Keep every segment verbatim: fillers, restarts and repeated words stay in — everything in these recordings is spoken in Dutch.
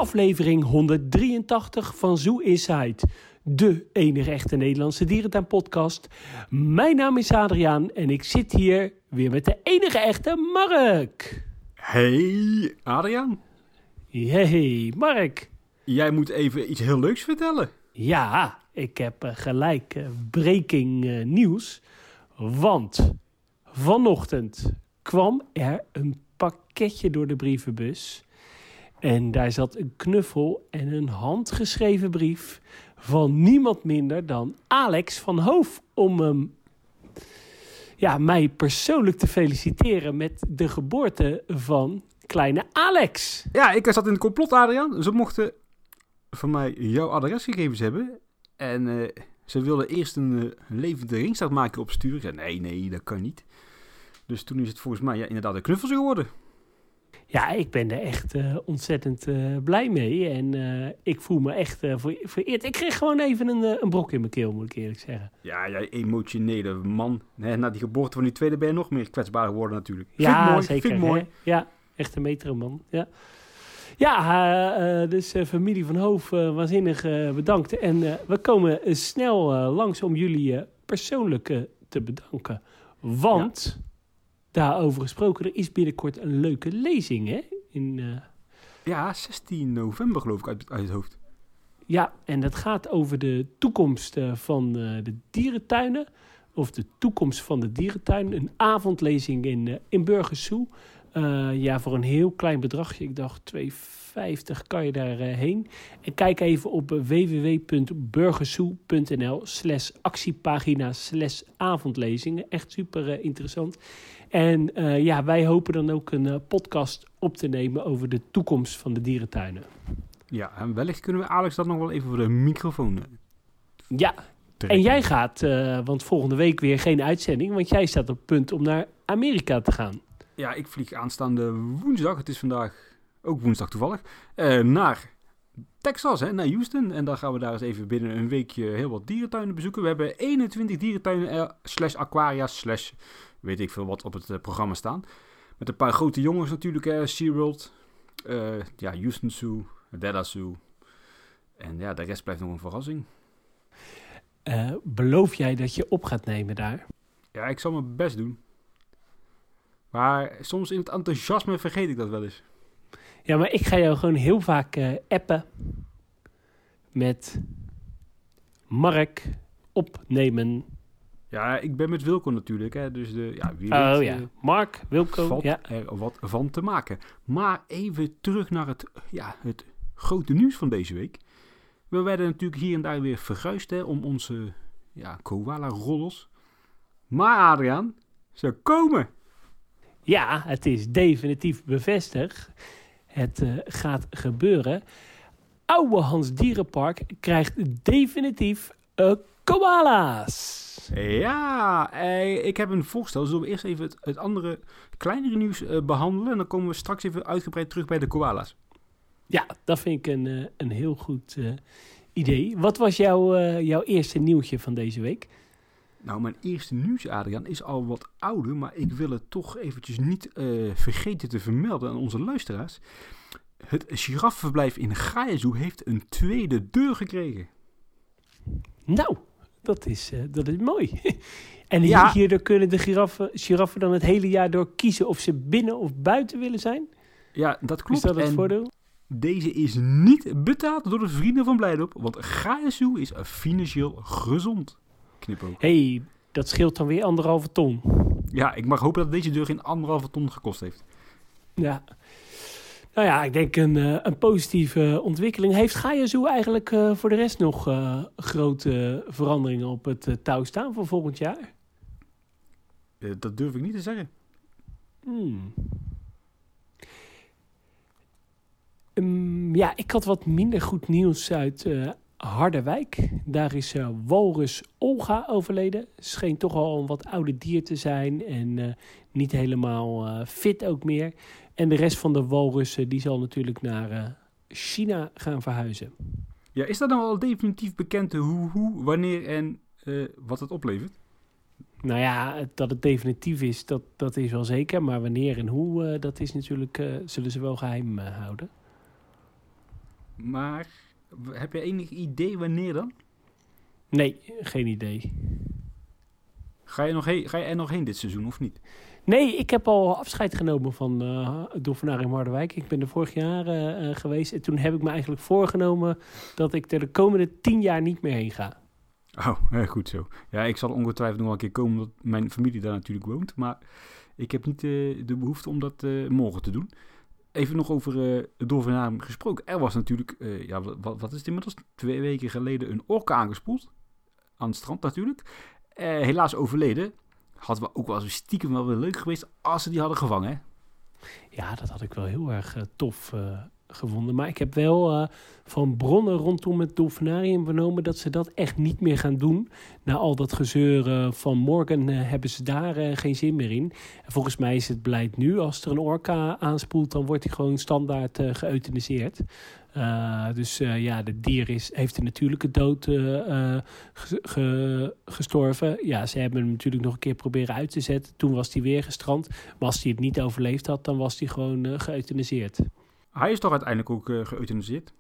aflevering honderddrieëntachtig van Zoo Inside, de enige echte Nederlandse dierentuinpodcast. Mijn naam is Adriaan en ik zit hier weer met de enige echte Mark. Hey, Adriaan. Hey, Mark. Jij moet even iets heel leuks vertellen. Ja, ik heb uh, gelijk uh, breaking uh, nieuws, want vanochtend kwam er een pakketje door de brievenbus. En daar zat een knuffel en een handgeschreven brief van niemand minder dan Alex van Hoof. Om um, ja, mij persoonlijk te feliciteren met de geboorte van kleine Alex. Ja, ik zat in het complot, Adriaan. Ze mochten van mij jouw adresgegevens hebben. En uh, ze wilden eerst een uh, levende ringstaart maken opsturen. Ik zei, nee, nee, dat kan niet. Dus toen is het volgens mij ja, inderdaad een knuffel geworden. Ja, ik ben er echt uh, ontzettend uh, blij mee. En uh, ik voel me echt uh, ver- vereerd. Ik kreeg gewoon even een, uh, een brok in mijn keel, moet ik eerlijk zeggen. Ja, jij emotionele man. Nee, na die geboorte van die tweede ben je nog meer kwetsbaar geworden natuurlijk. Ja, vind ik mooi, zeker. Vind ik mooi. Hè? Ja, echt een metroman. Ja, ja uh, uh, dus uh, familie van Hoof, uh, waanzinnig uh, bedankt. En uh, we komen uh, snel uh, langs om jullie uh, persoonlijk uh, te bedanken. Want... Ja. Daarover gesproken, er is binnenkort een leuke lezing, hè? In, uh... Ja, zestien november geloof ik uit, uit het hoofd. Ja, en dat gaat over de toekomst uh, van uh, de dierentuinen. Of de toekomst van de dierentuin. Een avondlezing in, uh, in Burgersoe. Uh, ja, voor een heel klein bedragje. Ik dacht twee euro vijftig kan je daarheen. Uh, en kijk even op uh, www.burgersoe.nl slash actiepagina slash avondlezingen. Echt super uh, interessant. En uh, ja, wij hopen dan ook een uh, podcast op te nemen over de toekomst van de dierentuinen. Ja, en wellicht kunnen we Alex dat nog wel even voor de microfoon uh, Ja, trekken. En jij gaat, uh, want volgende week weer geen uitzending, want jij staat op het punt om naar Amerika te gaan. Ja, ik vlieg aanstaande woensdag, het is vandaag ook woensdag toevallig, uh, naar Texas, hè, naar Houston. En dan gaan we daar eens even binnen een weekje heel wat dierentuinen bezoeken. We hebben eenentwintig dierentuinen uh, slash aquaria slash weet ik veel wat op het uh, programma staan. Met een paar grote jongens natuurlijk, uh, SeaWorld, uh, ja, Houston Zoo, Deda Zoo. En ja, de rest blijft nog een verrassing. Uh, beloof jij dat je op gaat nemen daar? Ja, ik zal mijn best doen. Maar soms in het enthousiasme vergeet ik dat wel eens. Ja, maar ik ga jou gewoon heel vaak uh, appen met Mark opnemen. Ja, ik ben met Wilco natuurlijk, hè, dus de, ja, wie oh weet, ja, uh, Mark, Wilco, valt ja. er wat van te maken. Maar even terug naar het, ja, het grote nieuws van deze week. We werden natuurlijk hier en daar weer verguisd hè, om onze ja, koala-roddels. Maar Adriaan, ze komen! Ja, het is definitief bevestigd. Het uh, gaat gebeuren. Oude Hans Dierenpark krijgt definitief uh, koala's. Ja, eh, ik heb een voorstel. Zullen we eerst even het, het andere, kleinere nieuws uh, behandelen? En dan komen we straks even uitgebreid terug bij de koala's. Ja, dat vind ik een, uh, een heel goed uh, idee. Wat was jouw, uh, jouw eerste nieuwtje van deze week? Nou, mijn eerste nieuws, Adriaan, is al wat ouder, maar ik wil het toch eventjes niet uh, vergeten te vermelden aan onze luisteraars. Het giraffenverblijf in Gaia Zoo heeft een tweede deur gekregen. Nou, dat is, uh, dat is mooi. En hier, ja. hierdoor kunnen de giraffen, giraffen dan het hele jaar door kiezen of ze binnen of buiten willen zijn? Ja, dat klopt. Is dat het en voordeel? Deze is niet betaald door de vrienden van Blijdorp, want Gaia Zoo is financieel gezond. Knipoog. Hey, dat scheelt dan weer anderhalve ton. Ja, ik mag hopen dat deze deur geen anderhalve ton gekost heeft. Ja. Nou ja, ik denk een, uh, een positieve ontwikkeling. Heeft Gaia Zoo eigenlijk uh, voor de rest nog uh, grote veranderingen op het uh, touw staan voor volgend jaar? Uh, dat durf ik niet te zeggen. Hmm. Um, ja, ik had wat minder goed nieuws uit uh, Harderwijk. Daar is uh, walrus Olga overleden. Scheen toch al een wat oude dier te zijn en uh, niet helemaal uh, fit ook meer. En de rest van de walrussen die zal natuurlijk naar uh, China gaan verhuizen. Ja, is dat nou al definitief bekend hoe, hoe wanneer en uh, wat het oplevert? Nou ja, dat het definitief is, dat, dat is wel zeker. Maar wanneer en hoe, uh, dat is natuurlijk, uh, zullen ze wel geheim uh, houden. Maar heb je enig idee wanneer dan? Nee, geen idee. Ga je, nog heen, ga je er nog heen dit seizoen of niet? Nee, ik heb al afscheid genomen van uh, het Dolfinarium Harderwijk. Ik ben er vorig jaar uh, uh, geweest. En toen heb ik me eigenlijk voorgenomen dat ik er de komende tien jaar niet meer heen ga. Oh, eh, goed zo. Ja, ik zal ongetwijfeld nog wel een keer komen, omdat mijn familie daar natuurlijk woont. Maar ik heb niet uh, de behoefte om dat uh, morgen te doen. Even nog over uh, het Dolfinarium gesproken. Er was natuurlijk, uh, ja, wat, wat is het inmiddels? Twee weken geleden een orka aangespoeld. Aan het strand natuurlijk. Uh, helaas overleden. Hadden we ook wel zo stiekem wel weer leuk geweest als ze die hadden gevangen, hè? Ja, dat had ik wel heel erg uh, tof uh, gevonden. Maar ik heb wel uh, van bronnen rondom het Dolfinarium vernomen dat ze dat echt niet meer gaan doen. Na al dat gezeur uh, van Morgan uh, hebben ze daar uh, geen zin meer in. En volgens mij is het beleid nu, als er een orka aanspoelt, dan wordt hij gewoon standaard uh, geëuthaniseerd. Uh, dus uh, ja, het dier is, heeft een natuurlijke dood uh, uh, ge, ge, gestorven. Ja, ze hebben hem natuurlijk nog een keer proberen uit te zetten. Toen was hij weer gestrand. Maar als hij het niet overleefd had, dan was hij gewoon uh, geëuthaniseerd. Hij is toch uiteindelijk ook uh, geëuthaniseerd?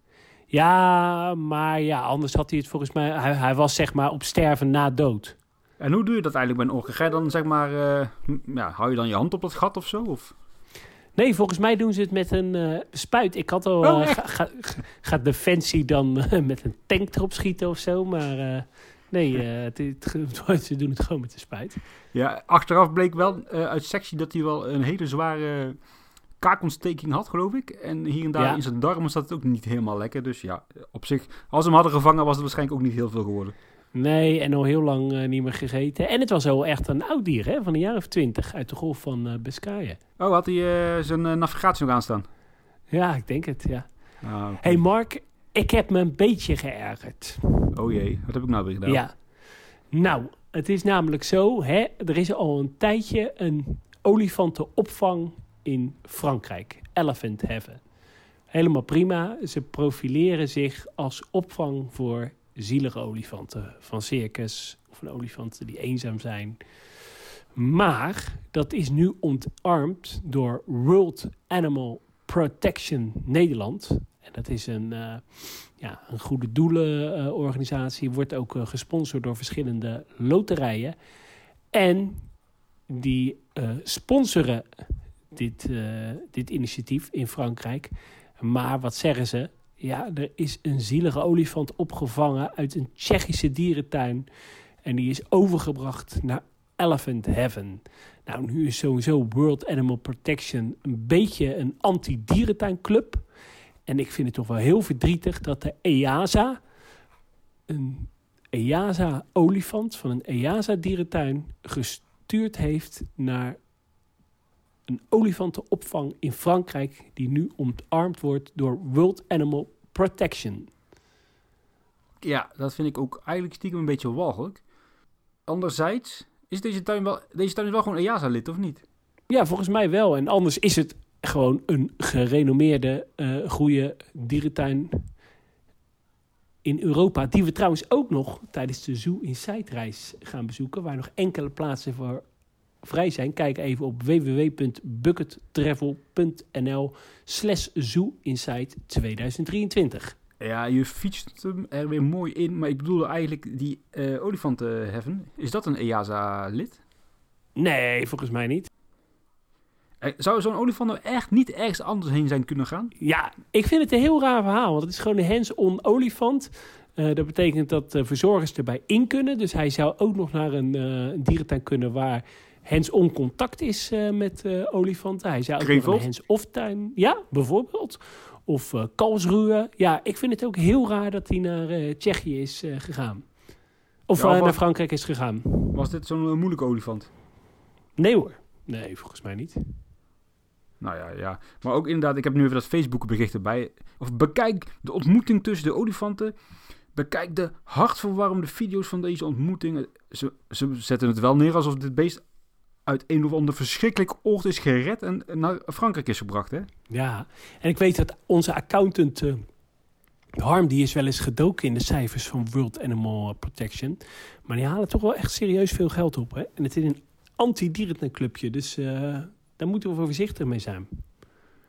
Ja, maar ja, anders had hij het volgens mij... Hij, hij was zeg maar op sterven na dood. En hoe doe je dat eigenlijk bij een orka? Ga je dan zeg maar... Uh, ja, hou je dan je hand op dat gat of zo? Of... Nee, volgens mij doen ze het met een uh, spuit. Ik had al... Uh, oh, ga, ga, gaat Defensie dan uh, met een tank erop schieten of zo? Maar uh, nee, uh, het, het, ze doen het gewoon met een spuit. Ja, achteraf bleek wel uh, uit sectie dat hij wel een hele zware kaakontsteking had, geloof ik. En hier en daar ja. in zijn darmen zat het ook niet helemaal lekker. Dus ja, op zich, als ze hem hadden gevangen, was het waarschijnlijk ook niet heel veel geworden. Nee, en al heel lang uh, niet meer gegeten. En het was wel echt een oud dier, hè? Van een jaar of twintig, uit de golf van uh, Biscayen. Oh, had hij uh, zijn uh, navigatie nog aanstaan? Ja, ik denk het, ja. Ah, okay. Hey Mark, ik heb me een beetje geërgerd. Oh jee, wat heb ik nou weer gedaan? Ja, nou, het is namelijk zo, hè? Er is al een tijdje een olifantenopvang in Frankrijk. Elephant Heaven. Helemaal prima. Ze profileren zich als opvang voor zielige olifanten van circus of van olifanten die eenzaam zijn. Maar dat is nu ontarmd door World Animal Protection Nederland. En dat is een, uh, ja, een goede doelenorganisatie. Uh, wordt ook uh, gesponsord door verschillende loterijen. En die uh, sponsoren dit, uh, dit initiatief in Frankrijk. Maar wat zeggen ze? Ja, er is een zielige olifant opgevangen uit een Tsjechische dierentuin. En die is overgebracht naar Elephant Heaven. Nou, nu is sowieso World Animal Protection een beetje een anti-dierentuinclub. En ik vind het toch wel heel verdrietig dat de E A S A... een E A S A-olifant van een E A S A-dierentuin gestuurd heeft naar een olifantenopvang in Frankrijk die nu omarmd wordt door World Animal Protection. Ja, dat vind ik ook eigenlijk stiekem een beetje walgelijk. Anderzijds, is deze tuin wel, deze tuin is wel gewoon E A S A-lid, of niet? Ja, volgens mij wel. En anders is het gewoon een gerenommeerde, uh, goede dierentuin in Europa. Die we trouwens ook nog tijdens de Zoo Inside reis gaan bezoeken. Waar nog enkele plaatsen voor vrij zijn. Kijk even op w w w punt buckettravel punt n l slash Zoo Inside tweeduizend drieëntwintig. Ja, je fietst hem er weer mooi in. Maar ik bedoelde eigenlijk die uh, olifanten heffen. Is dat een E A S A-lid? Nee, volgens mij niet. Zou zo'n olifant nou echt niet ergens anders heen zijn kunnen gaan? Ja, ik vind het een heel raar verhaal. Want het is gewoon een hands-on olifant. Uh, dat betekent dat uh, verzorgers erbij in kunnen. Dus hij zou ook nog naar een, uh, een dierentuin kunnen waar hands-on contact is uh, met uh, olifanten. Hij zou ook nog naar een hands-off tuin. Ja, bijvoorbeeld. Of uh, Karlsruhe. Ja, ik vind het ook heel raar dat hij naar uh, Tsjechië is uh, gegaan. Of ja, uh, naar Frankrijk is gegaan. Was dit zo'n uh, moeilijke olifant? Nee hoor. Nee, volgens mij niet. Nou ja, ja. Maar ook inderdaad, ik heb nu even dat Facebook bericht erbij. Of bekijk de ontmoeting tussen de olifanten. Bekijk de hartverwarmende video's van deze ontmoeting. Ze, ze zetten het wel neer alsof dit beest uit een of ander verschrikkelijk oord is gered en naar Frankrijk is gebracht, hè? Ja, en ik weet dat onze accountant uh, Harm, die is wel eens gedoken in de cijfers van World Animal Protection. Maar die halen toch wel echt serieus veel geld op, hè? En het is een anti-dierentuinclubje, dus uh, daar moeten we voorzichtig mee zijn.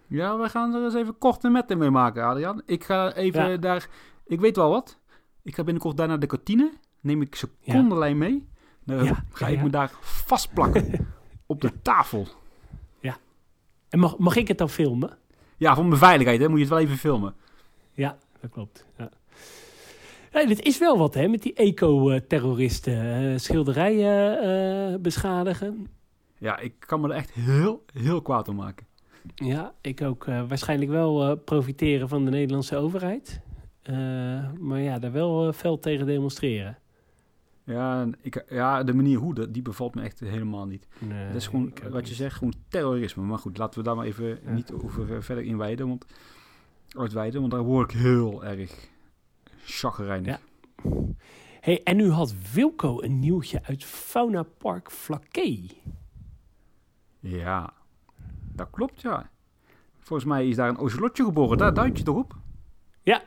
Ja, we gaan er eens even korte metten mee maken, Adriaan. Ik ga even Ja. daar... Ik weet wel wat. Ik ga binnenkort daar naar de kantine. Neem ik secondenlijn mee. Dan Ja, ga ja, ik ja. me daar vastplakken. Op de tafel. En mag, mag ik het dan filmen? Ja, voor mijn veiligheid hè, moet je het wel even filmen. Ja, dat klopt. Ja. Ja, dit is wel wat, hè, met die eco-terroristen. eh, schilderijen eh, beschadigen. Ja, ik kan me er echt heel, heel kwaad om maken. Ja, ik ook. eh, waarschijnlijk wel eh, profiteren van de Nederlandse overheid. Eh, maar ja, daar wel uh, fel tegen demonstreren. Ja, en ik, ja, de manier hoe, dat- die bevalt me echt helemaal niet. Nee, Dat is gewoon, ik ook wat je niet. zegt, gewoon terrorisme. Maar goed, laten we daar maar even Ja. niet over uh, verder inwijden. Want, uitweiden, want daar word ik heel erg chagrijnig. Ja. Hey, en nu had Wilco een nieuwtje uit Fauna Park Vlakke. Ja, dat klopt, ja. Volgens mij is daar een ocelotje geboren. Daar duidt je toch op? Ja.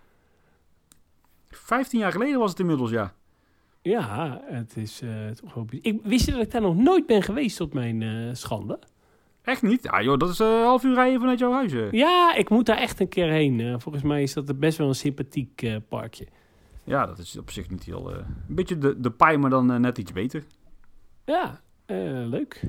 Vijftien jaar geleden was het inmiddels, ja. Ja, het is uh, toch wel... Ik wist dat ik daar nog nooit ben geweest tot mijn uh, schande. Echt niet? Ja joh, dat is een uh, half uur rijden vanuit jouw huis. Uh. Ja, ik moet daar echt een keer heen. Uh, volgens mij is dat best wel een sympathiek uh, parkje. Ja, dat is op zich niet heel... Uh, een beetje de, de paai, maar dan uh, net iets beter. Ja, uh, leuk.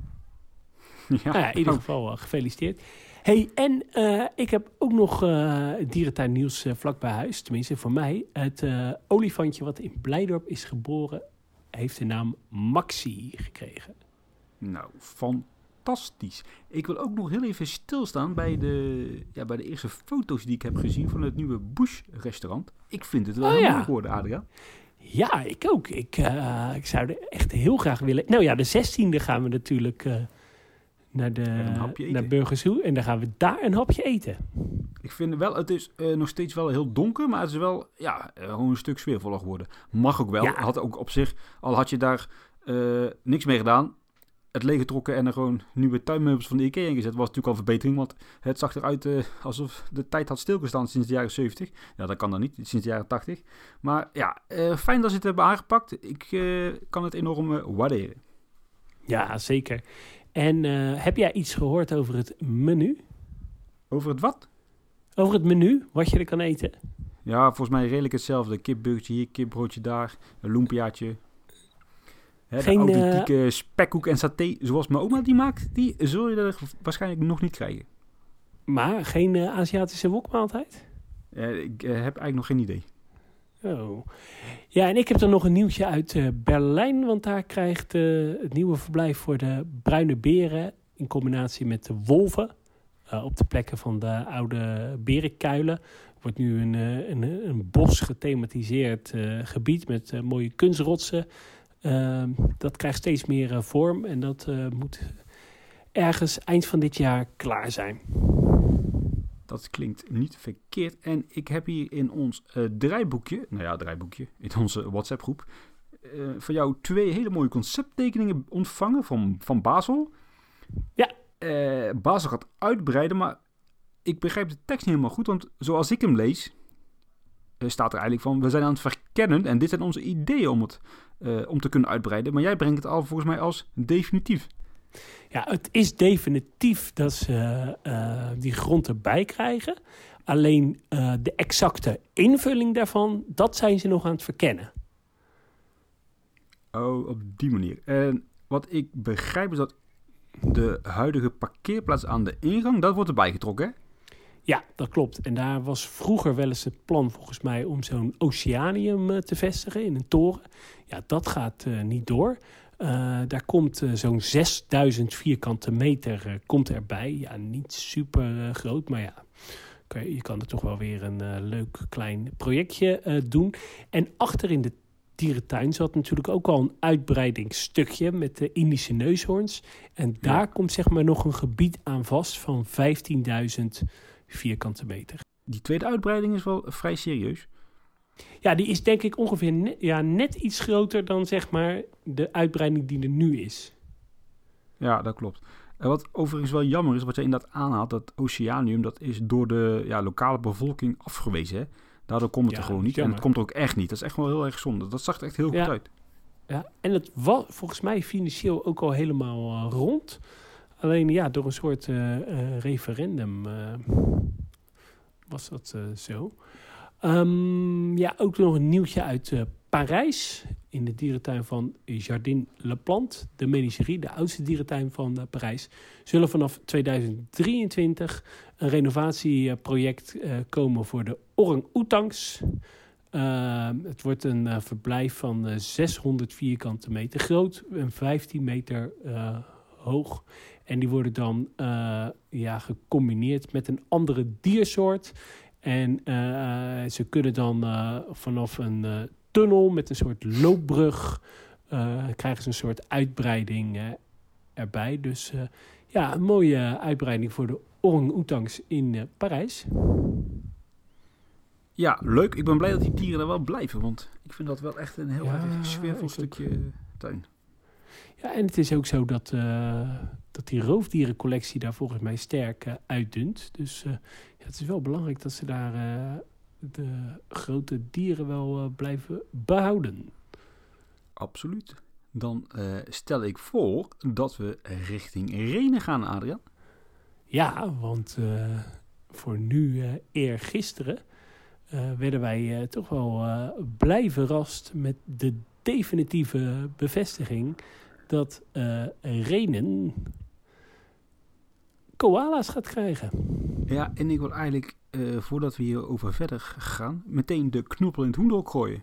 Ja, nou ja, in ieder geval uh, gefeliciteerd. Hey, en uh, ik heb ook nog uh, dierentuin nieuws uh, vlak bij huis. Tenminste, voor mij. Het uh, olifantje wat in Blijdorp is geboren, heeft de naam Maxi gekregen. Nou, fantastisch. Ik wil ook nog heel even stilstaan bij de, ja, bij de eerste foto's die ik heb gezien van het nieuwe Bush restaurant. Ik vind het wel oh, heel ja. mooi geworden, Adriaan. Ja, ik ook. Ik, uh, ik zou er echt heel graag willen... Nou ja, de zestiende gaan we natuurlijk... Uh, Naar, de, naar Burgers Zoo. En dan gaan we daar een hapje eten. Ik vind wel, het is uh, nog steeds wel heel donker. Maar het is wel, ja, uh, gewoon een stuk sfeervoller geworden. Mag ook wel. Ja. Had ook op zich, al had je daar uh, niks mee gedaan. Het leeggetrokken en er gewoon nieuwe tuinmeubels van de IKEA ingezet. Was natuurlijk al een verbetering. Want het zag eruit uh, alsof de tijd had stilgestaan sinds de jaren zeventig. Ja, dat kan dan niet. Sinds de jaren tachtig. Maar ja, uh, fijn dat ze het hebben aangepakt. Ik uh, kan het enorm uh, waarderen. Ja, zeker. En uh, heb jij iets gehoord over het menu? Over het wat? Over het menu, wat je er kan eten. Ja, volgens mij redelijk hetzelfde. Kipburgertje hier, kipbroodje daar, een lumpiaatje. Hè, Geen, de authentieke uh, spekkoek en saté, zoals mijn oma die maakt, die zul je er waarschijnlijk nog niet krijgen. Maar geen uh, Aziatische wokmaaltijd? Uh, ik uh, heb eigenlijk nog geen idee. Oh. Ja, en ik heb dan nog een nieuwtje uit uh, Berlijn, want daar krijgt uh, het nieuwe verblijf voor de bruine beren in combinatie met de wolven uh, op de plekken van de oude berenkuilen. Wordt nu een, uh, een, een bos gethematiseerd uh, gebied met uh, mooie kunstrotsen. Uh, dat krijgt steeds meer uh, vorm en dat uh, moet ergens eind van dit jaar klaar zijn. Dat klinkt niet verkeerd. En ik heb hier in ons uh, draaiboekje, nou ja, draaiboekje, in onze WhatsApp-groep, uh, van jou twee hele mooie concepttekeningen ontvangen van, van Basel. Ja. Uh, Basel gaat uitbreiden, maar ik begrijp de tekst niet helemaal goed, want zoals ik hem lees, uh, staat er eigenlijk van, we zijn aan het verkennen en dit zijn onze ideeën om, het, uh, om te kunnen uitbreiden. Maar jij brengt het al volgens mij als definitief. Ja, het is definitief dat ze uh, die grond erbij krijgen. Alleen uh, de exacte invulling daarvan, dat zijn ze nog aan het verkennen. Oh, op die manier. En wat ik begrijp is dat de huidige parkeerplaats aan de ingang, dat wordt erbij getrokken, hè? Ja, dat klopt. En daar was vroeger wel eens het plan volgens mij om zo'n oceanium uh, te vestigen in een toren. Ja, dat gaat uh, niet door. Uh, daar komt uh, zo'n zesduizend vierkante meter uh, komt erbij. Ja, niet super uh, groot, maar ja, kan, je kan er toch wel weer een uh, leuk klein projectje uh, doen. En achter in de dierentuin zat natuurlijk ook al een uitbreidingsstukje met de Indische neushoorns. En daar ja. komt zeg maar nog een gebied aan vast van vijftienduizend vierkante meter. Die tweede uitbreiding is wel vrij serieus. Ja, die is denk ik ongeveer net, ja, net iets groter dan zeg maar de uitbreiding die er nu is. Ja, dat klopt. En wat overigens wel jammer is, wat jij inderdaad aanhaalt, dat oceanium, dat is door de ja, lokale bevolking afgewezen. Hè? Daardoor komt het ja, er gewoon niet. Jammer. En het komt er ook echt niet. Dat is echt wel heel erg zonde. Dat zag er echt heel ja. goed uit. Ja, en het was volgens mij financieel ook al helemaal uh, rond. Alleen ja, door een soort uh, uh, referendum uh, was dat uh, zo. Um, ja, ook nog een nieuwtje uit uh, Parijs. In de dierentuin van Jardin Le Plante, de Menagerie, de oudste dierentuin van uh, Parijs, zullen vanaf tweeduizend drieëntwintig een renovatieproject uh, komen voor de orang-oetangs. Uh, het wordt een uh, verblijf van uh, zeshonderd vierkante meter groot en vijftien meter uh, hoog. En die worden dan uh, ja, gecombineerd met een andere diersoort. En uh, ze kunnen dan uh, vanaf een uh, tunnel met een soort loopbrug uh, krijgen ze een soort uitbreiding uh, erbij. Dus uh, ja, een mooie uitbreiding voor de orang-oetangs in uh, Parijs. Ja, leuk. Ik ben blij dat die dieren er wel blijven, want ik vind dat wel echt een heel ja, erg sfeervol stukje ook tuin. Ja, en het is ook zo dat, uh, dat die roofdierencollectie daar volgens mij sterk uh, uitdunt. Dus uh, ja, het is wel belangrijk dat ze daar uh, de grote dieren wel uh, blijven behouden. Absoluut. Dan uh, stel ik voor dat we richting Rhenen gaan, Adriaan. Ja, want uh, voor nu, uh, eergisteren, uh, werden wij uh, toch wel uh, blij verrast met de definitieve bevestiging dat uh, Rhenen koala's gaat krijgen. Ja, en ik wil eigenlijk, uh, voordat we hierover verder gaan, meteen de knoppel in het hoendehok gooien.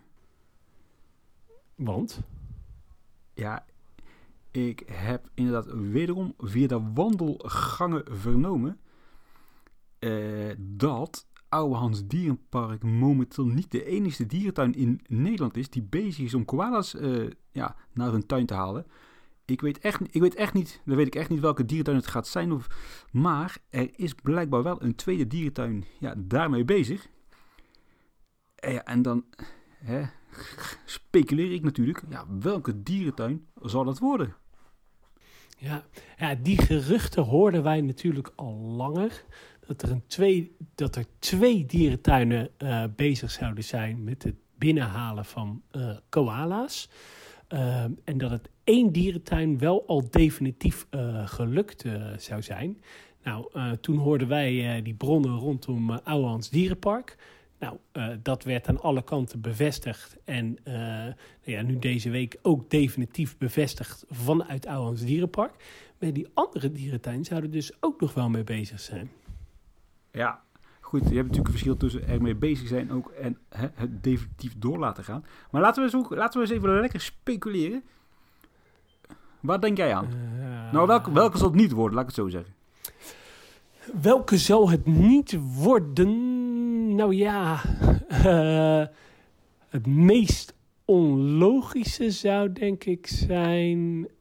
Want? Ja, ik heb inderdaad wederom via de wandelgangen vernomen uh, dat Ouwehands Dierenpark momenteel niet de enige dierentuin in Nederland is die bezig is om koala's uh, ja, naar hun tuin te halen. Ik weet, echt, ik weet echt niet, dan weet ik echt niet welke dierentuin het gaat zijn, of, maar er is blijkbaar wel een tweede dierentuin ja, daarmee bezig. En, ja, en dan hè, speculeer ik natuurlijk, ja, welke dierentuin zal dat worden? Ja, ja, die geruchten hoorden wij natuurlijk al langer. Dat er, een twee, dat er twee dierentuinen uh, bezig zouden zijn met het binnenhalen van uh, koala's. Uh, en dat het één dierentuin wel al definitief uh, gelukt uh, zou zijn. Nou, uh, toen hoorden wij uh, die bronnen rondom uh, Ouwehands Dierenpark. Nou, uh, dat werd aan alle kanten bevestigd. En uh, nou ja, nu deze week ook definitief bevestigd vanuit Ouwehands Dierenpark. Maar die andere dierentuin zouden dus ook nog wel mee bezig zijn. Ja, goed. Je hebt natuurlijk een verschil tussen ermee bezig zijn ook en hè, het definitief door laten gaan. Maar laten we, eens ook, laten we eens even lekker speculeren. Wat denk jij aan? Uh, nou, welke, welke zal het niet worden, laat ik het zo zeggen. Welke zal het niet worden? Nou ja, uh, het meest onlogische zou denk ik zijn uh,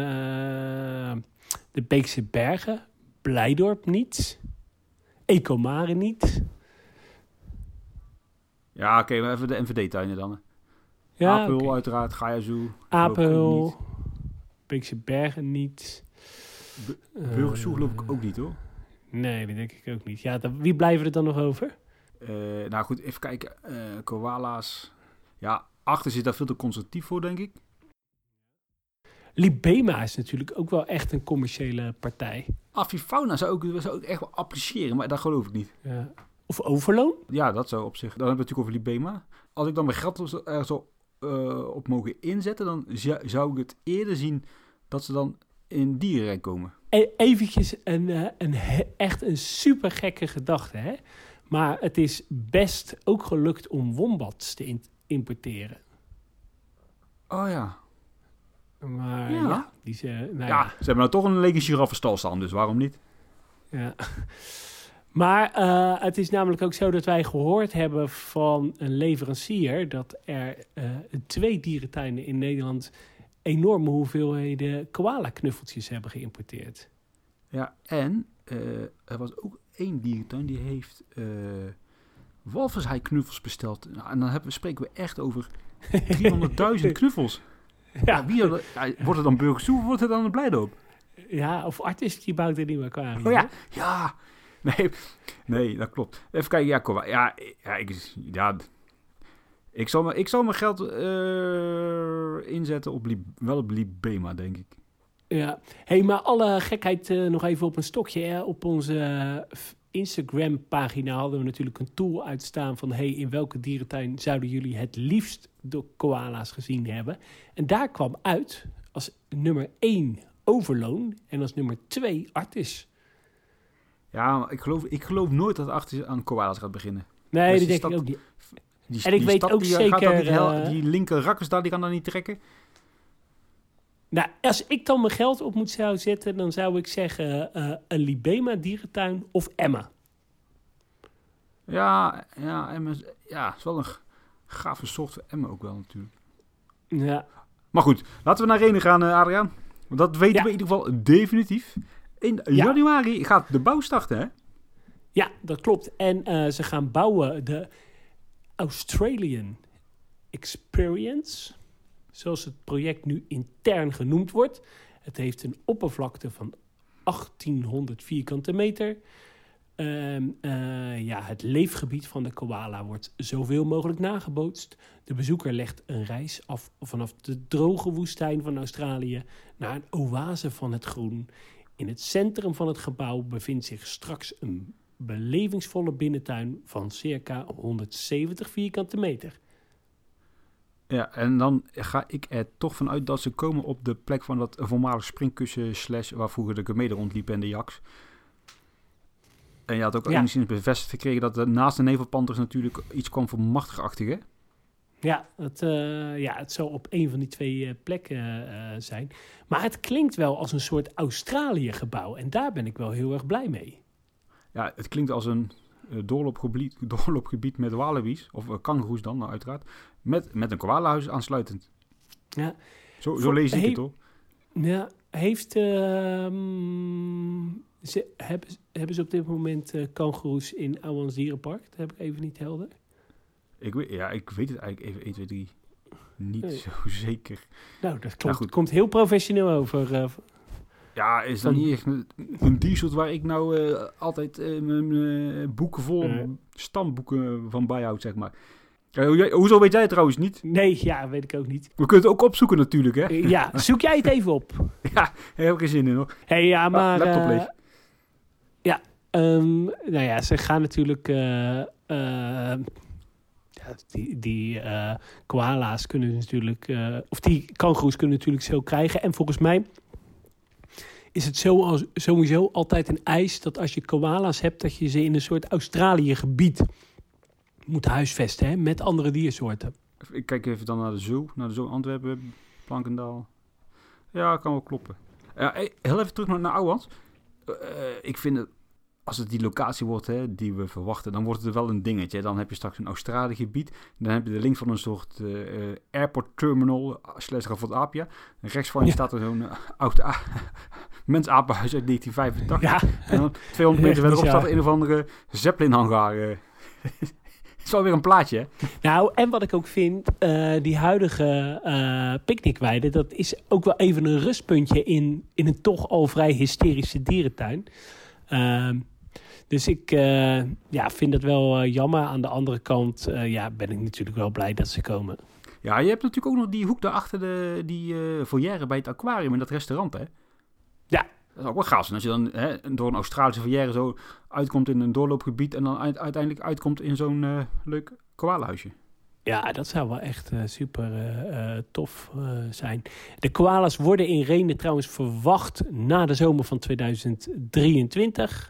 de Beekse Bergen, Blijdorp niet, Ecomare niet. Ja, oké, okay, even de N V D-tuinen dan. Ja, Apelhul okay. uiteraard, Gaia Zoo. Apelhul, Beekse Bergen niet. Be- Burgersoe geloof ik ook niet hoor. Nee, dat denk ik ook niet. Ja, dan, wie blijven er dan nog over? Uh, nou goed, even kijken. Uh, koala's. Ja, achter zit daar veel te conservatief voor, denk ik. Libema is natuurlijk ook wel echt een commerciële partij. Avifauna zou ik, zou ik echt wel appreciëren, maar dat geloof ik niet. Ja. Of Overloon? Ja, dat zou op zich. Dan hebben we het natuurlijk over Libema. Als ik dan mijn geld er zo uh, op mogen inzetten, dan zou, zou ik het eerder zien dat ze dan in dierenrijk komen. E- eventjes een, uh, een he- echt een super gekke gedachte, hè? Maar het is best ook gelukt om wombats te in- importeren. Oh ja. Maar ja, ja, die ze, nou ja, ja, ze hebben nou toch een lege giraffenstal staan, dus waarom niet? Ja. Maar uh, het is namelijk ook zo dat wij gehoord hebben van een leverancier dat er uh, twee dierentuinen in Nederland enorme hoeveelheden koala-knuffeltjes hebben geïmporteerd. Ja, en uh, er was ook één dierentuin die heeft uh, walvishaai-knuffels besteld. Nou, en dan hebben, spreken we echt over driehonderdduizend knuffels. Ja. Ja, wie er, ja, wordt het dan Burgersoe of wordt het dan een Blijdorp? Ja, of Artis die bouwt een nieuw aquarium. Oh ja, ja. Nee, nee, dat klopt. Even kijken, ja, kom maar. Ja, ja, ik, ja ik, zal, ik zal mijn geld uh, inzetten op, wel op Libema, denk ik. Ja, hey, maar alle gekheid uh, nog even op een stokje. Hè? Op onze uh, Instagram-pagina hadden we natuurlijk een tool uitstaan van... hey, in welke dierentuin zouden jullie het liefst de koala's gezien hebben? En daar kwam uit als nummer één Overloon en als nummer twee Artis. Ja, maar ik geloof, ik geloof nooit dat Artis aan koala's gaat beginnen. Nee, dus dat denk stad, ik ook niet. Die, en ik die weet stad, ook die, zeker... Gaat dat niet hel, uh, die linker rakkers daar, die kan dat niet trekken? Nou, als ik dan mijn geld op moet zou zetten... dan zou ik zeggen uh, een Libema dierentuin of Emma. Ja, ja, Emma is, ja, is wel een gave soort voor Emma ook wel natuurlijk. Ja. Maar goed, laten we naar Renen gaan, uh, Adriaan. Want dat weten ja. we in ieder geval definitief. In ja. januari gaat de bouw starten, hè? Ja, dat klopt. En uh, ze gaan bouwen de Australian Experience... zoals het project nu intern genoemd wordt. Het heeft een oppervlakte van achttienhonderd vierkante meter. Uh, uh, ja, het leefgebied van de koala wordt zoveel mogelijk nagebootst. De bezoeker legt een reis af vanaf de droge woestijn van Australië naar een oase van het groen. In het centrum van het gebouw bevindt zich straks een belevingsvolle binnentuin van circa honderdzeventig vierkante meter. Ja, en dan ga ik er toch vanuit dat ze komen op de plek van dat voormalig springkussen slash waar vroeger de gemeden rondliep en de jaks. En je had ook ja. enigszins bevestigd gekregen dat er naast de nevelpanters natuurlijk iets kwam voor machtigachtige. Ja, het, uh, ja, het zou op een van die twee uh, plekken uh, zijn. Maar het klinkt wel als een soort Australië-gebouw. En daar ben ik wel heel erg blij mee. Ja, het klinkt als een uh, doorloopgebied, doorloopgebied met wallabies. Of uh, kangoeroes dan, nou, uiteraard. Met, met een koalahuis aansluitend. Ja. Zo, zo lees ik he- het, hoor. Ja, heeft... Uh, ze, hebben, hebben ze op dit moment uh, kangoeroes in Ouwans Dierenpark? Dat heb ik even niet helder. Ik weet, ja, ik weet het eigenlijk even één, twee, drie niet nee. zo zeker. Nou, dat komt, nou komt heel professioneel over. Uh, ja, is dan niet echt een, een diersoort waar ik nou uh, altijd uh, mijn uh, boeken vol, uh. stamboeken van bijhoud, zeg maar. Uh, hoezo weet jij het trouwens niet? Nee, ja, weet ik ook niet. We kunnen het ook opzoeken natuurlijk, hè? Uh, ja, zoek jij het even op. Ja, heb ik geen zin in, hoor. Hey, ja, maar... Ah, laptop leeg. Uh, ja, um, nou ja, ze gaan natuurlijk... Uh, uh, Ja, die die uh, koala's kunnen natuurlijk... Uh, of die kangoeroes kunnen natuurlijk zo krijgen. En volgens mij is het zo als, sowieso altijd een eis... dat als je koala's hebt... dat je ze in een soort Australië-gebied moet huisvesten. Hè, met andere diersoorten. Ik kijk even dan naar de zoo. Naar de zoo Antwerpen, Plankendaal. Ja, kan wel kloppen. Ja, heel even terug naar, naar Ouwans. Uh, ik vind het... Als het die locatie wordt hè, die we verwachten, dan wordt het wel een dingetje. Dan heb je straks een Australië-gebied. Dan heb je de link van een soort uh, airport terminal, slash Rafot Apia. En rechts van je ja. staat er zo'n uh, oud a- mens-apenhuis uit negentien vijfentachtig. Ja. En dan tweehonderd meter verderop staat er een of andere Zeppelin-hangar. Uh. Het is wel weer een plaatje, hè? Nou, en wat ik ook vind, uh, die huidige uh, picknickweide, dat is ook wel even een rustpuntje in, in een toch al vrij hysterische dierentuin. Uh, Dus ik uh, ja, vind het wel uh, jammer. Aan de andere kant uh, ja, ben ik natuurlijk wel blij dat ze komen. Ja, je hebt natuurlijk ook nog die hoek daarachter de, die uh, foyer bij het aquarium in dat restaurant, hè? Ja. Dat is ook wel gaaf. Als je dan hè, door een Australische foyer zo uitkomt in een doorloopgebied en dan uiteindelijk uitkomt in zo'n uh, leuk koalahuisje. Ja, dat zou wel echt uh, super uh, uh, tof uh, zijn. De koalas worden in Rhenen trouwens verwacht na de zomer van tweeduizend drieëntwintig.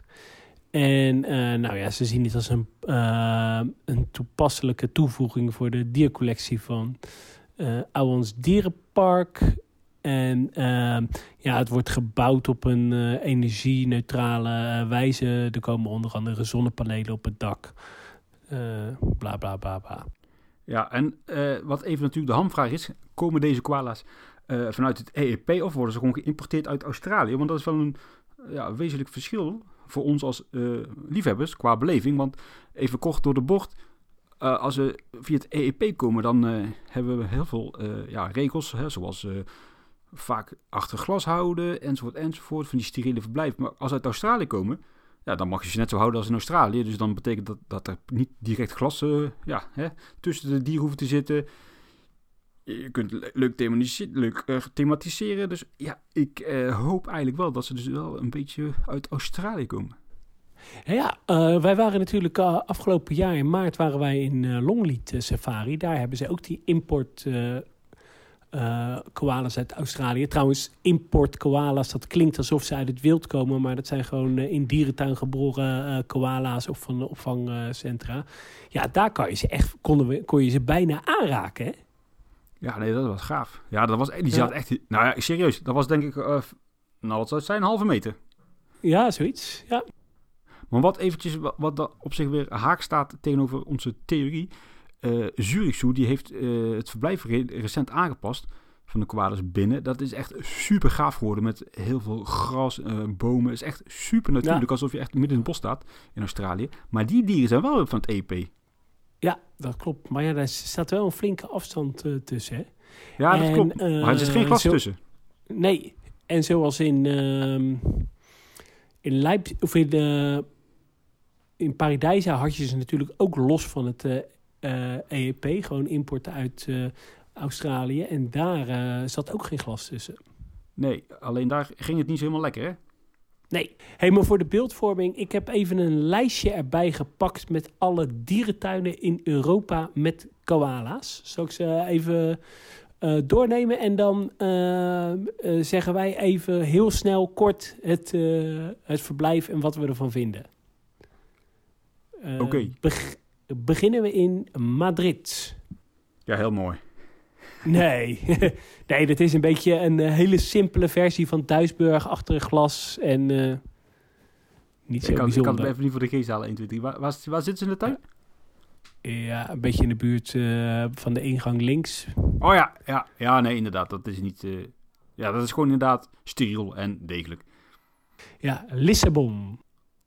En uh, nou ja, ze zien het als een, uh, een toepasselijke toevoeging voor de diercollectie van uh, Ouwans Dierenpark. En uh, ja, het wordt gebouwd op een uh, energie-neutrale uh, wijze. Er komen onder andere zonnepanelen op het dak. Uh, bla bla bla bla. Ja, en uh, wat even natuurlijk de hamvraag is, komen deze koala's uh, vanuit het E E P of worden ze gewoon geïmporteerd uit Australië? Want dat is wel een ja, wezenlijk verschil voor ons als uh, liefhebbers qua beleving. Want even kort door de bocht, uh, als we via het E E P komen, dan uh, hebben we heel veel uh, ja, regels, hè, zoals uh, vaak achter glas houden, enzovoort, enzovoort, van die steriele verblijf. Maar als ze uit Australië komen, ja, dan mag je ze net zo houden als in Australië. Dus dan betekent dat dat er niet direct glas uh, ja, hè, tussen de dieren hoeft te zitten. Je kunt le- leuk, thematiseren, leuk uh, thematiseren. Dus ja, ik uh, hoop eigenlijk wel dat ze dus wel een beetje uit Australië komen. Ja, uh, wij waren natuurlijk uh, afgelopen jaar in maart waren wij in uh, Longleat uh, Safari. Daar hebben ze ook die import uh, uh, koalas uit Australië. Trouwens, import koalas, dat klinkt alsof ze uit het wild komen, maar dat zijn gewoon uh, in dierentuin geboren uh, koala's of van de opvangcentra. Uh, ja, daar kan je ze echt, konden we, kon je ze bijna aanraken, hè? Ja, nee, dat was gaaf. Ja, dat was, die zat ja. echt... Nou ja, serieus. Dat was denk ik... Uh, nou, wat zou het zijn? Een halve meter. Ja, zoiets. Ja. Maar wat eventjes... Wat, wat op zich weer haak staat tegenover onze theorie. Uh, Zurich Zoo, die heeft uh, het verblijf re- recent aangepast. Van de koalas binnen. Dat is echt super gaaf geworden. Met heel veel gras, uh, bomen. Het is echt super natuurlijk. Ja. Alsof je echt midden in het bos staat. In Australië. Maar die dieren zijn wel van het E P. Ja, dat klopt. Maar ja, daar staat wel een flinke afstand uh, tussen, hè? Ja, dat en, klopt. Uh, maar er zit geen glas zo, tussen. Nee. En zoals in... Uh, in Leipzig... Of in... Uh, in Paradijsa had je ze natuurlijk ook los van het uh, uh, E E P. Gewoon importen uit uh, Australië. En daar uh, zat ook geen glas tussen. Nee, alleen daar ging het niet zo helemaal lekker, hè? Nee. Hey, maar voor de beeldvorming, ik heb even een lijstje erbij gepakt met alle dierentuinen in Europa met koala's. Zal ik ze even uh, doornemen en dan uh, uh, zeggen wij even heel snel kort het, uh, het verblijf en wat we ervan vinden. Uh, Oké. Okay. Beg- beginnen we in Madrid. Ja, heel mooi. Nee, nee, dat is een beetje een uh, hele simpele versie van Duisburg achter een glas en uh, niet zo ik kan, bijzonder. Ik kan het even niet voor de geest halen, één, twee, drie. Waar, waar, waar zitten ze in de tuin? Ja, een beetje in de buurt uh, van de ingang links. Oh ja, ja, ja, nee, inderdaad. Dat is niet. Uh, ja, dat is gewoon inderdaad steriel en degelijk. Ja, Lissabon.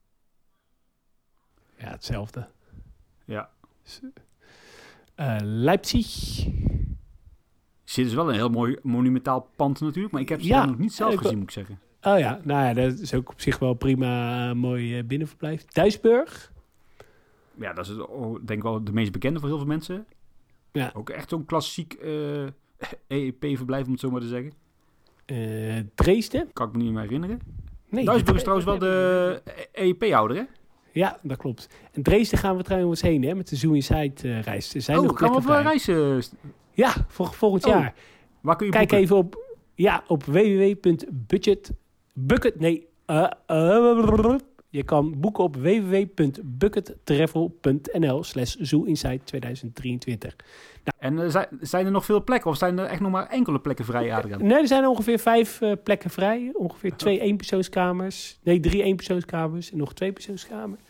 Ja, hetzelfde. Ja. Uh, Leipzig. Zit is wel een heel mooi monumentaal pand natuurlijk, maar ik heb ze ja, nog niet zelf gezien, moet ik zeggen. Oh ja, nou ja, dat is ook op zich wel prima uh, mooi uh, binnenverblijf. Duisburg. Ja, dat is oh, denk ik wel de meest bekende voor heel veel mensen. Ja. Ook echt zo'n klassiek uh, E E P-verblijf, om het zo maar te zeggen. Uh, Dresden. Kan ik me niet meer herinneren. Nee, Duisburg is trouwens wel de E E P-houder, hè? Ja, dat klopt. En Dresden gaan we trouwens heen, hè, met de Zoo Inside uh, reis. Er zijn oh, nog gaan we op vrij. reizen? Ja, voor, volgend oh, jaar. Waar kun je Kijk boeken? even op, ja, op w w w punt budget, bucket, nee, uh, uh, je kan boeken op w w w punt buckettravel punt n l slash Zoo Inside tweeduizend drieëntwintig. Nou, en uh, zijn, zijn er nog veel plekken of zijn er echt nog maar enkele plekken vrij, Adriaan? Nee, er zijn ongeveer vijf uh, plekken vrij. Ongeveer twee eenpersoonskamers. Nee, drie eenpersoonskamers en nog twee persoonskamers.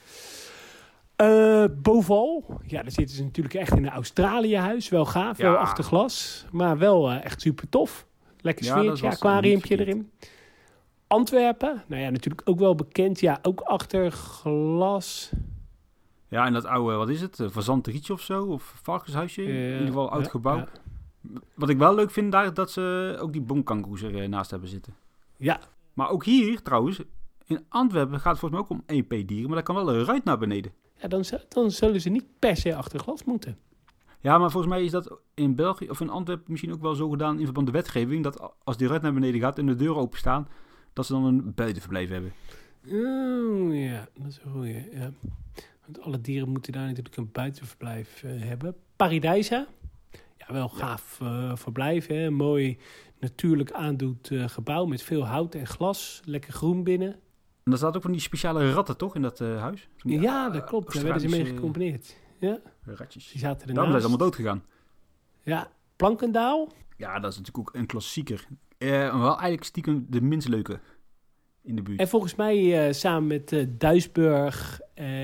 Uh, Boval, ja, daar zitten ze natuurlijk echt in een Australië-huis. Wel gaaf, ja. Wel achter glas, maar wel uh, echt super tof. Lekker sfeertje, ja, aquariumpje erin. Antwerpen, nou ja, natuurlijk ook wel bekend. Ja, ook achter glas. Ja, en dat oude, wat is het? Fazant Rietje of zo? Of varkenshuisje? Uh, in ieder geval oud ja, gebouw. Ja. Wat ik wel leuk vind daar, dat ze ook die boomkangoeroes er naast hebben zitten. Ja. Maar ook hier, trouwens, in Antwerpen gaat het volgens mij ook om E P-dieren. Maar daar kan wel een ruit naar beneden. Ja, dan, dan zullen ze niet per se achter glas moeten. Ja, maar volgens mij is dat in België of in Antwerpen misschien ook wel zo gedaan in verband met de wetgeving. Dat als die ruit naar beneden gaat en de deuren openstaan, dat ze dan een buitenverblijf hebben. Oh ja, dat is een goeie, ja. Want alle dieren moeten daar natuurlijk een buitenverblijf uh, hebben. Paradijsa. Ja, wel gaaf uh, verblijf, hè. Mooi natuurlijk aandoend uh, gebouw met veel hout en glas. Lekker groen binnen. En er staat ook van die speciale ratten, toch, in dat uh, huis? Die, ja, dat klopt. Daar werden ze mee gecombineerd. Ja. Ratjes. Die zaten ernaast. Daarom zijn ze allemaal dood gegaan. Ja, Plankendaal. Ja, dat is natuurlijk ook een klassieker. Uh, wel eigenlijk stiekem de minst leuke in de buurt. En volgens mij uh, samen met uh, Duisburg,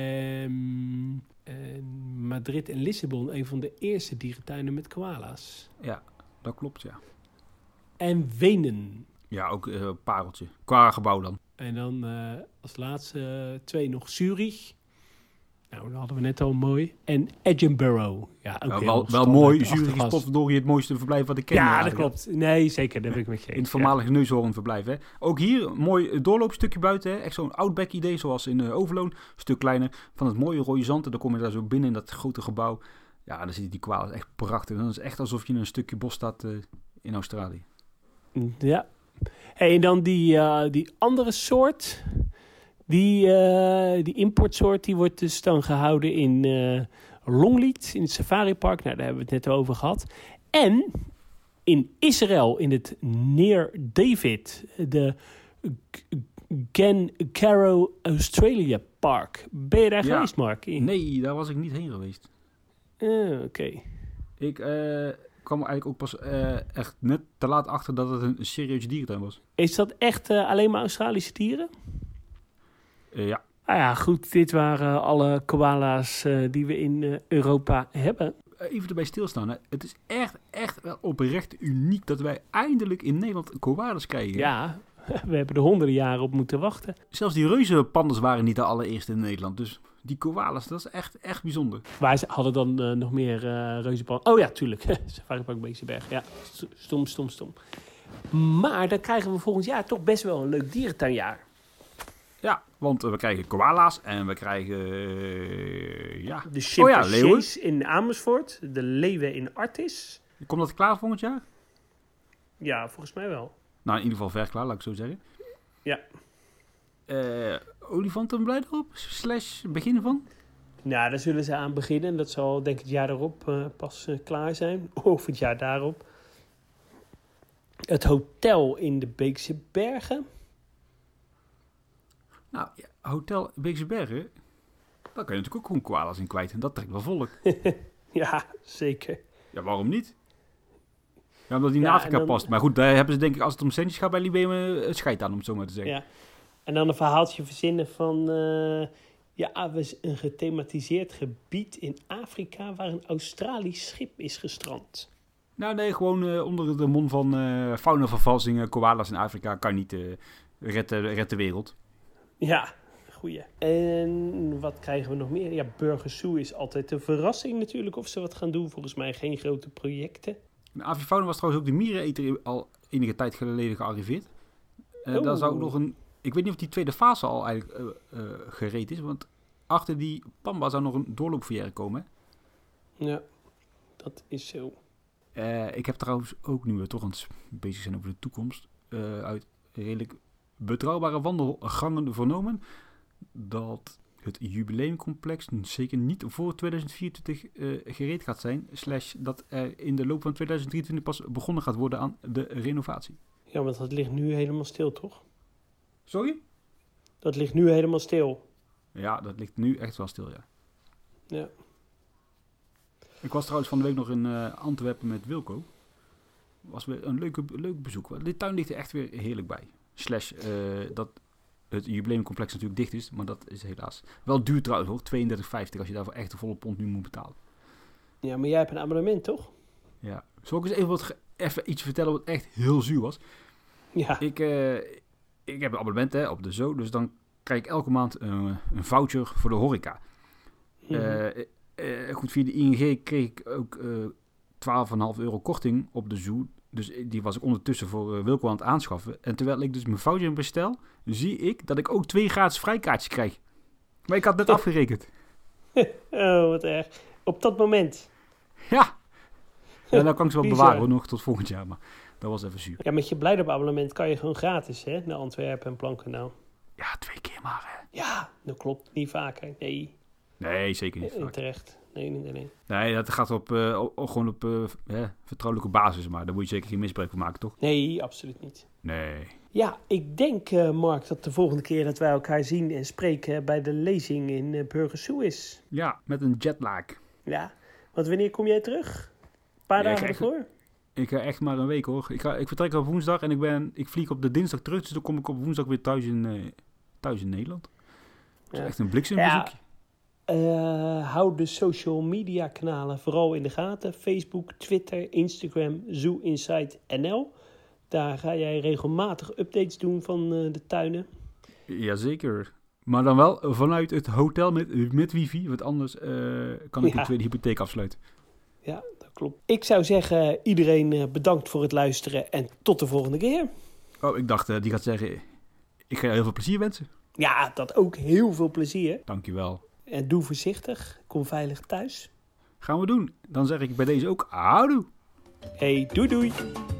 um, en Madrid en Lissabon een van de eerste dierentuinen met koala's. Ja, dat klopt, ja. En Wenen. Ja, ook een uh, pareltje. Qua gebouw dan. En dan uh, als laatste uh, twee nog Zurich. Nou, dat hadden we net al mooi. En Edinburgh. Ja, ook ja, wel, wel mooi. Zurich is potverdorie het mooiste verblijf wat ik ken. Ja, dat eigenlijk. Klopt. Nee, zeker. Dat heb ik met je. In het voormalige ja. Neushoornverblijf. Hè. Ook hier een mooi doorloopstukje buiten. Hè. Echt zo'n outback idee zoals in uh, Overloon. Een stuk kleiner. Van het mooie rode zand. En dan kom je daar zo binnen in dat grote gebouw. Ja, dan zitten die koalas echt prachtig. Dat is echt alsof je in een stukje bos staat uh, in Australië. Ja. Hey, en dan die, uh, die andere soort, die, uh, die importsoort, die wordt dus dan gehouden in uh, Longleat, in het safaripark. Nou, daar hebben we het net over gehad. En in Israël, in het Near David, de Gen Caro Australia Park. Ben je daar ja. geweest, Mark? In? Nee, daar was ik niet heen geweest. Uh, Oké. Okay. Ik uh, kwam er eigenlijk ook pas uh, echt net te laat achter dat het een serieuze dierentuin was. Is dat echt uh, alleen maar Australische dieren? Uh, ja. Ah ja, goed. Dit waren alle koala's uh, die we in uh, Europa hebben. Even erbij stilstaan. Hè. Het is echt, echt wel oprecht uniek dat wij eindelijk in Nederland koalas krijgen. Ja, we hebben er honderden jaren op moeten wachten. Zelfs die reuzenpandas waren niet de allereerste in Nederland. Dus die koalas, dat is echt, echt bijzonder. Wij hadden dan uh, nog meer uh, reuzenpandas. Oh ja, tuurlijk. Safaripark Beekseberg. Ja, stom, stom, stom. Maar dan krijgen we volgend jaar toch best wel een leuk dierentuinjaar. Ja, want uh, we krijgen koala's en we krijgen uh, ja. de chimpansees oh ja, in Amersfoort, de leeuwen in Artis. Komt dat klaar volgend jaar? Ja, volgens mij wel. Nou, in ieder geval ver klaar, laat ik zo zeggen. Ja. Uh, olifanten Blijdorp, slash begin van? Nou, daar zullen ze aan beginnen. Dat zal denk ik het jaar erop uh, pas uh, klaar zijn. Of het jaar daarop. Het hotel in de Beekse Bergen. Nou, ja, Hotel Beekse Bergen, daar kan je natuurlijk ook gewoon koalas in kwijt. En dat trekt wel volk. Ja, zeker. Ja, waarom niet? Ja, omdat die ja, in Afrika dan past. Maar goed, daar hebben ze denk ik, als het om centjes gaat bij Libé, een scheid aan, om het zo maar te zeggen. Ja. En dan een verhaaltje verzinnen van Uh, ja, een gethematiseerd gebied in Afrika waar een Australisch schip is gestrand. Nou nee, gewoon uh, onder de mond van uh, faunavervalsingen, koalas in Afrika kan niet uh, redden red de wereld. Ja, goeie. En wat krijgen we nog meer? Ja, Burger Zoo is altijd een verrassing natuurlijk of ze wat gaan doen. Volgens mij geen grote projecten. In Avifauna was trouwens ook de miereneter al enige tijd geleden gearriveerd. Uh, oh. Daar zou ook nog een... Ik weet niet of die tweede fase al eigenlijk uh, uh, gereed is. Want achter die Pamba zou nog een doorloopverrière komen. Hè? Ja, dat is zo. Uh, ik heb trouwens ook, nu we toch aan het bezig zijn over de toekomst, Uh, uit redelijk betrouwbare wandelgangen vernomen dat het jubileumcomplex zeker niet voor tweeduizend vierentwintig uh, gereed gaat zijn. Slash dat er in de loop van tweeduizend drieëntwintig pas begonnen gaat worden aan de renovatie. Ja, want dat ligt nu helemaal stil, toch? Sorry? Dat ligt nu helemaal stil. Ja, dat ligt nu echt wel stil, ja. Ja. Ik was trouwens van de week nog in uh, Antwerpen met Wilco. Was weer een leuke, leuk bezoek. Dit tuin ligt er echt weer heerlijk bij. Slash uh, dat het jubileumcomplex natuurlijk dicht is, maar dat is helaas wel duur trouwens hoor. tweeëndertig vijftig als je daarvoor echt de volle pond nu moet betalen. Ja, maar jij hebt een abonnement toch? Ja. Zal ik eens even, wat ge- even iets vertellen wat echt heel zuur was? Ja. Ik, uh, ik heb een abonnement hè, op de Zo, dus dan krijg ik elke maand uh, een voucher voor de horeca. Mm-hmm. Uh, uh, goed, via de I N G kreeg ik ook uh, twaalf komma vijf euro korting op de Zoo. Dus die was ik ondertussen voor uh, Wilco aan het aanschaffen. En terwijl ik dus mijn voucher bestel, zie ik dat ik ook twee gratis vrijkaartjes krijg. Maar ik had net afgerekend. Oh, wat erg. Op dat moment? Ja. Ja, nou kan ik ze wel bewaren hoor, nog tot volgend jaar. Maar dat was even zuur. Ja, met je Blijdorp-abonnement kan je gewoon gratis, hè? Naar Antwerpen en Plankenau. Ja, twee keer maar, hè. Ja, dat klopt. Niet vaker. Nee. Nee, zeker niet vaker. Terecht. Nee, nee, nee. Nee, dat gaat op, uh, op, gewoon op uh, hè, vertrouwelijke basis. Maar daar moet je zeker geen misbruik van maken, toch? Nee, absoluut niet. Nee. Ja, ik denk, uh, Mark, dat de volgende keer dat wij elkaar zien en spreken bij de lezing in uh, Burger Zoo is. Ja, met een jetlag. Ja, want wanneer kom jij terug? Een paar ja, dagen ervoor? Ik ga echt maar een week, hoor. Ik, ga, ik vertrek op woensdag en ik, ben, ik vlieg op de dinsdag terug. Dus dan kom ik op woensdag weer thuis in, uh, thuis in Nederland. Dat is ja. echt een bliksembezoekje. Ja. Uh, hou de social media kanalen vooral in de gaten. Facebook, Twitter, Instagram, Zoo Insight N L. Daar ga jij regelmatig updates doen van uh, de tuinen. Jazeker. Maar dan wel vanuit het hotel met, met wifi. Want anders uh, kan ik ja. een tweede hypotheek afsluiten. Ja, dat klopt. Ik zou zeggen, iedereen uh, bedankt voor het luisteren. En tot de volgende keer. Oh, ik dacht, uh, die gaat zeggen, ik ga je heel veel plezier wensen. Ja, dat ook. Heel veel plezier. Dankjewel. En doe voorzichtig. Kom veilig thuis. Gaan we doen. Dan zeg ik bij deze ook houdoe. Hey, doei doei.